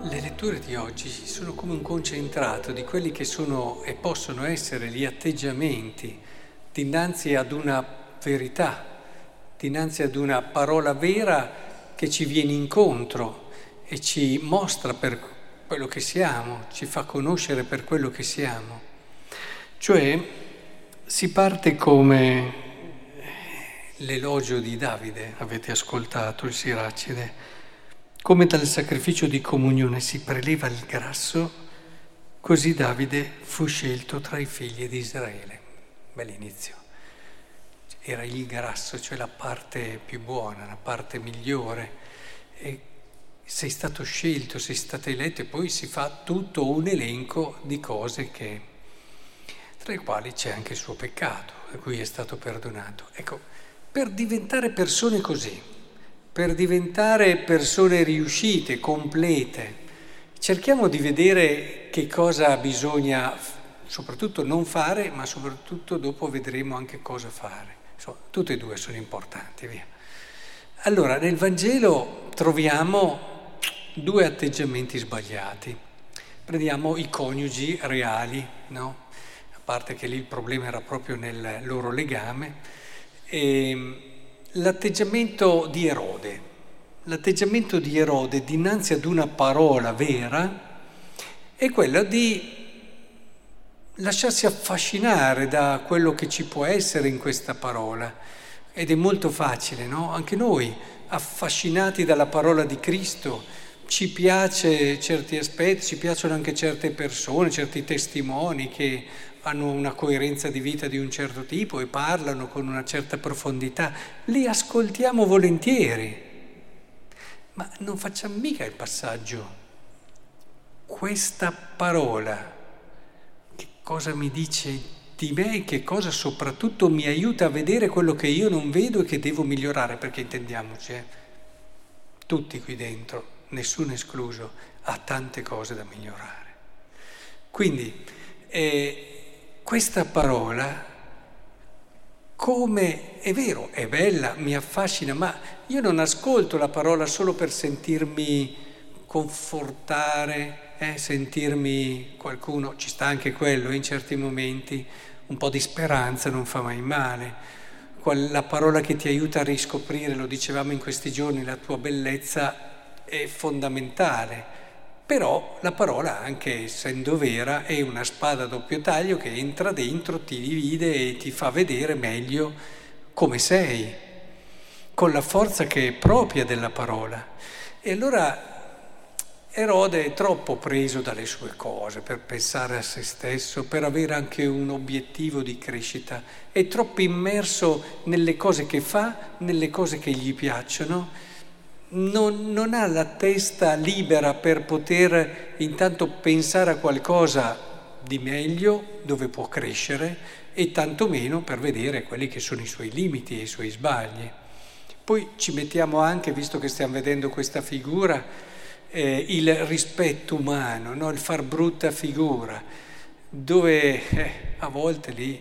Le letture di oggi sono come un concentrato di quelli che sono e possono essere gli atteggiamenti dinanzi ad una verità, dinanzi ad una parola vera che ci viene incontro e ci mostra per quello che siamo, ci fa conoscere per quello che siamo. Cioè si parte come l'elogio di Davide, avete ascoltato il Siracide. Come dal sacrificio di comunione si preleva il grasso, così Davide fu scelto tra i figli di Israele. Bell'inizio. Era il grasso, cioè la parte più buona, la parte migliore. E sei stato scelto, sei stato eletto e poi si fa tutto un elenco di cose tra le quali c'è anche il suo peccato, a cui è stato perdonato. Ecco, per diventare persone così, per diventare persone riuscite, complete, cerchiamo di vedere che cosa bisogna soprattutto non fare, ma soprattutto dopo vedremo anche cosa fare. Insomma, tutte e due sono importanti, via. Allora, nel Vangelo troviamo due atteggiamenti sbagliati. Prendiamo i coniugi reali, no? A parte che lì il problema era proprio nel loro legame. L'atteggiamento di Erode dinanzi ad una parola vera è quello di lasciarsi affascinare da quello che ci può essere in questa parola. Ed è molto facile, no? Anche noi, affascinati dalla parola di Cristo, ci piace certi aspetti, ci piacciono anche certe persone, certi testimoni che hanno una coerenza di vita di un certo tipo e parlano con una certa profondità, li ascoltiamo volentieri, ma non facciamo mica il passaggio. Questa parola, che cosa mi dice di me e che cosa soprattutto mi aiuta a vedere quello che io non vedo e che devo migliorare, perché intendiamoci, tutti qui dentro, nessuno escluso, ha tante cose da migliorare. Quindi, questa parola, come è vero, è bella, mi affascina, ma io non ascolto la parola solo per sentirmi confortare, sentirmi qualcuno, ci sta anche quello in certi momenti, un po' di speranza non fa mai male. La parola che ti aiuta a riscoprire, lo dicevamo in questi giorni, la tua bellezza è fondamentale. Però la parola, anche essendo vera, è una spada a doppio taglio che entra dentro, ti divide e ti fa vedere meglio come sei, con la forza che è propria della parola. E allora Erode è troppo preso dalle sue cose per pensare a se stesso, per avere anche un obiettivo di crescita. È troppo immerso nelle cose che fa, nelle cose che gli piacciono. Non ha la testa libera per poter intanto pensare a qualcosa di meglio, dove può crescere, e tantomeno per vedere quelli che sono i suoi limiti e i suoi sbagli. Poi ci mettiamo anche, visto che stiamo vedendo questa figura, il rispetto umano, no? Il far brutta figura, dove a volte gli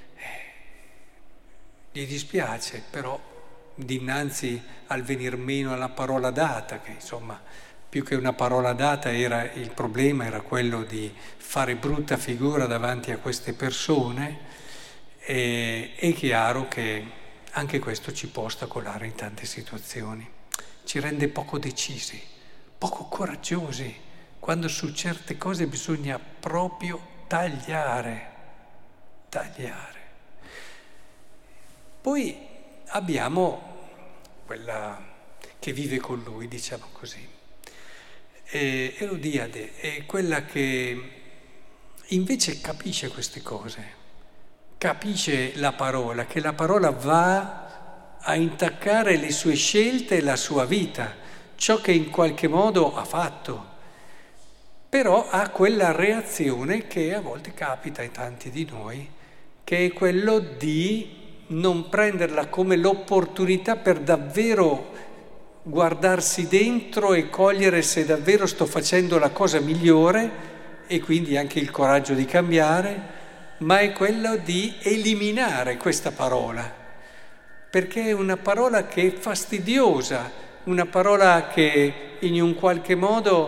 dispiace, però dinanzi al venir meno alla parola data, che insomma più che una parola data il problema era quello di fare brutta figura davanti a queste persone, è chiaro che anche questo ci può ostacolare in tante situazioni, ci rende poco decisi, poco coraggiosi, quando su certe cose bisogna proprio tagliare. Poi abbiamo quella che vive con lui, diciamo così. Erodiade è quella che invece capisce queste cose, capisce la parola, che la parola va a intaccare le sue scelte e la sua vita, ciò che in qualche modo ha fatto, però ha quella reazione che a volte capita ai tanti di noi, che è quello di non prenderla come l'opportunità per davvero guardarsi dentro e cogliere se davvero sto facendo la cosa migliore e quindi anche il coraggio di cambiare, ma è quello di eliminare questa parola, perché è una parola che è fastidiosa, una parola che in un qualche modo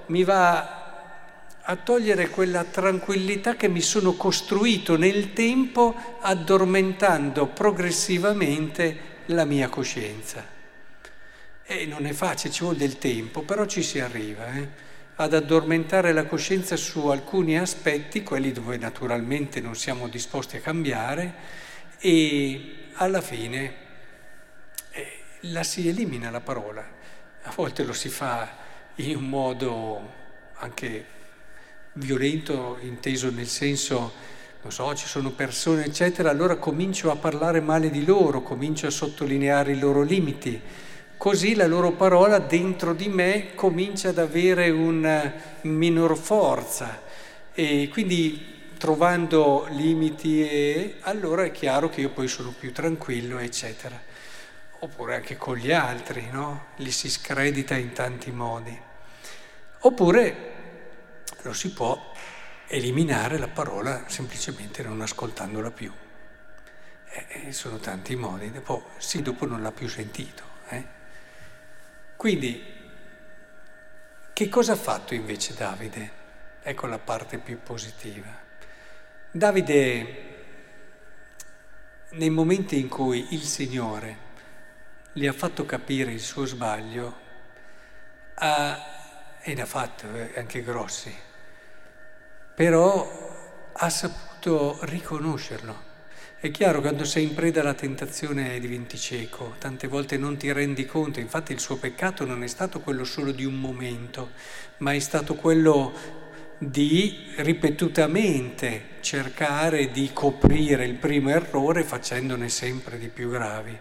mi va a togliere quella tranquillità che mi sono costruito nel tempo, addormentando progressivamente la mia coscienza. E non è facile, ci vuole del tempo, però ci si arriva, ad addormentare la coscienza su alcuni aspetti, quelli dove naturalmente non siamo disposti a cambiare, e alla fine la si elimina la parola. A volte lo si fa in un modo anche violento, inteso nel senso, non so, ci sono persone eccetera, allora comincio a parlare male di loro, comincio a sottolineare i loro limiti, così la loro parola dentro di me comincia ad avere una minor forza e quindi trovando limiti allora è chiaro che io poi sono più tranquillo eccetera. Oppure anche con gli altri, no? Li si scredita in tanti modi. Oppure lo si può eliminare la parola semplicemente non ascoltandola più. Sono tanti modi, dopo non l'ha più sentito. Quindi, che cosa ha fatto invece Davide? Ecco la parte più positiva. Davide, nei momenti in cui il Signore gli ha fatto capire il suo sbaglio, e ne ha fatto anche grossi, però ha saputo riconoscerlo. È chiaro, quando sei in preda alla tentazione diventi cieco, tante volte non ti rendi conto, infatti il suo peccato non è stato quello solo di un momento, ma è stato quello di ripetutamente cercare di coprire il primo errore facendone sempre di più gravi.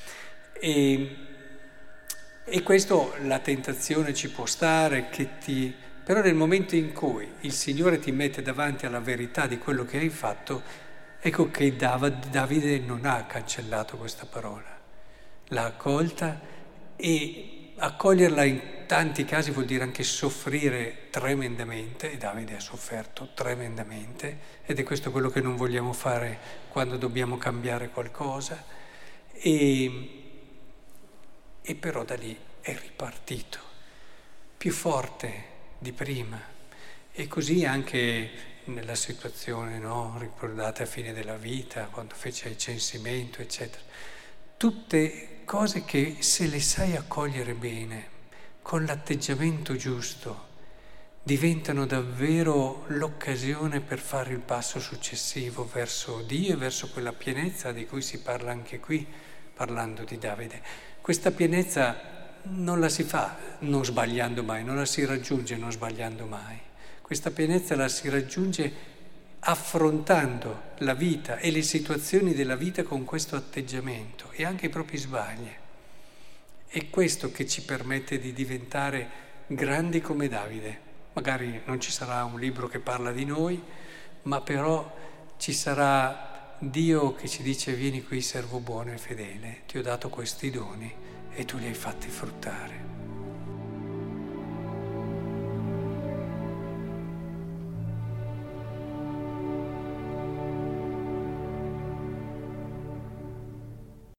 E questo la tentazione ci può stare, però nel momento in cui il Signore ti mette davanti alla verità di quello che hai fatto, ecco che Davide non ha cancellato questa parola, l'ha accolta e accoglierla in tanti casi vuol dire anche soffrire tremendamente, e Davide ha sofferto tremendamente, ed è questo quello che non vogliamo fare quando dobbiamo cambiare qualcosa. E però da lì è ripartito, più forte di prima. E così anche nella situazione, no? Ricordate a fine della vita, quando fece il censimento, eccetera. Tutte cose che se le sai accogliere bene, con l'atteggiamento giusto, diventano davvero l'occasione per fare il passo successivo verso Dio e verso quella pienezza di cui si parla anche qui, parlando di Davide. Questa pienezza non la si fa non sbagliando mai, non la si raggiunge non sbagliando mai. Questa pienezza la si raggiunge affrontando la vita e le situazioni della vita con questo atteggiamento e anche i propri sbagli. È questo che ci permette di diventare grandi come Davide. Magari non ci sarà un libro che parla di noi, ma però ci sarà Dio che ci dice: vieni qui, servo buono e fedele, ti ho dato questi doni e tu li hai fatti fruttare.